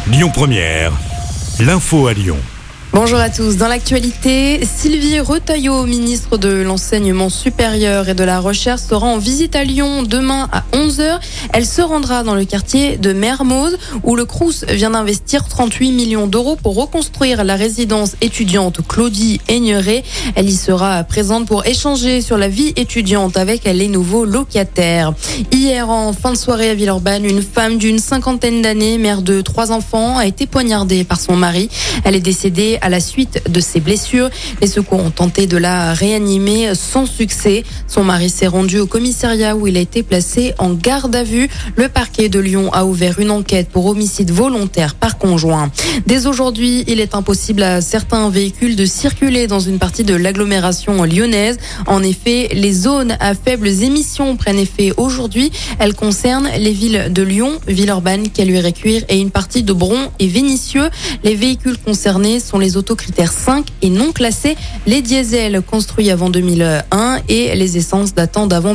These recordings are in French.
Lyon Première, l'info à Lyon. Bonjour à tous. Dans l'actualité, Sylvie Retailleau, ministre de l'Enseignement supérieur et de la Recherche, sera en visite à Lyon demain à 11h. Elle se rendra dans le quartier de Mermoz, où le Crous vient d'investir 38 millions d'euros pour reconstruire la résidence étudiante Claudie Aigneret. Elle y sera présente pour échanger sur la vie étudiante avec les nouveaux locataires. Hier, en fin de soirée à Villeurbanne, une femme d'une cinquantaine d'années, mère de 3 enfants, a été poignardée par son mari. Elle est décédée à la suite de ses blessures. Les secours ont tenté de la réanimer sans succès. Son mari s'est rendu au commissariat où il a été placé en garde à vue. Le parquet de Lyon a ouvert une enquête pour homicide volontaire par conjoint. Dès aujourd'hui, il est impossible à certains véhicules de circuler dans une partie de l'agglomération lyonnaise. En effet, les zones à faibles émissions prennent effet aujourd'hui. Elles concernent les villes de Lyon, Villeurbanne, Caluire-et-Cuire et une partie de Bron et Vénissieux. Les véhicules concernés sont les autocritères 5 et non classés, les diesels construits avant 2001 et les essences datant d'avant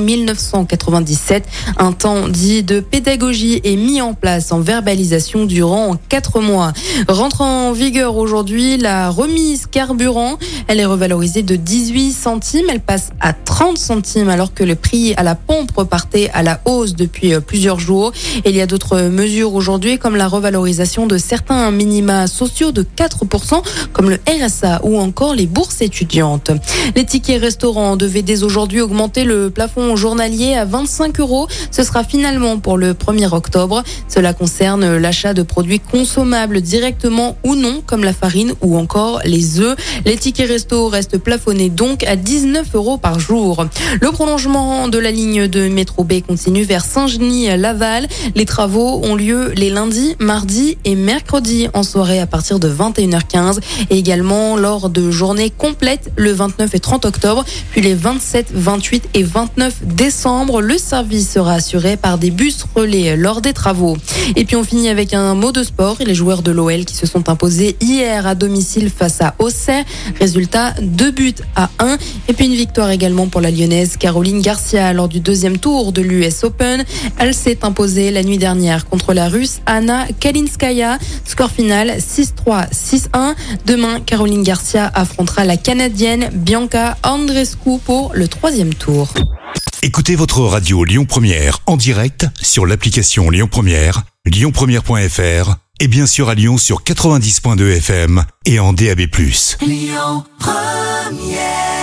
1997. Un temps dit de pédagogie est mis en place en verbalisation durant 4 mois. Rentre en vigueur aujourd'hui la remise carburant. Elle est revalorisée de 18 centimes. Elle passe à 30 centimes alors que le prix à la pompe repartait à la hausse depuis plusieurs jours. Et il y a d'autres mesures aujourd'hui comme la revalorisation de certains minima sociaux de 4%, comme le RSA ou encore les bourses étudiantes. Les tickets restaurants devaient dès aujourd'hui augmenter le plafond journalier à 25 €. Ce sera finalement pour le 1er octobre. Cela concerne l'achat de produits consommables directement ou non, comme la farine ou encore les œufs. Les tickets resto restent plafonnés donc à 19 € par jour. Le prolongement de la ligne de métro B continue vers Saint-Genis-Laval. Les travaux ont lieu les lundis, mardis et mercredis en soirée à partir de 21h15 et également lors de journées complètes le 29 et 30 octobre, puis les 27, 28 et 29 décembre. Le service sera assuré par des bus relais lors des travaux. Et puis on finit avec un mot de sport et les joueurs de l'OL qui se sont imposés hier à domicile face à Auxerre. Résultat 2-1. Et puis une victoire également pour la Lyonnaise Caroline Garcia lors du 2e tour de l'US Open. Elle s'est imposée la nuit dernière contre la Russe Anna Kalinskaya. Score final 6-3, 6-1. Demain, Caroline Garcia affrontera la Canadienne Bianca Andreescu pour le 3e tour. Écoutez votre radio Lyon Première en direct sur l'application Lyon Première, lyonpremière.fr et bien sûr à Lyon sur 90.2 FM et en DAB+. Lyon Première.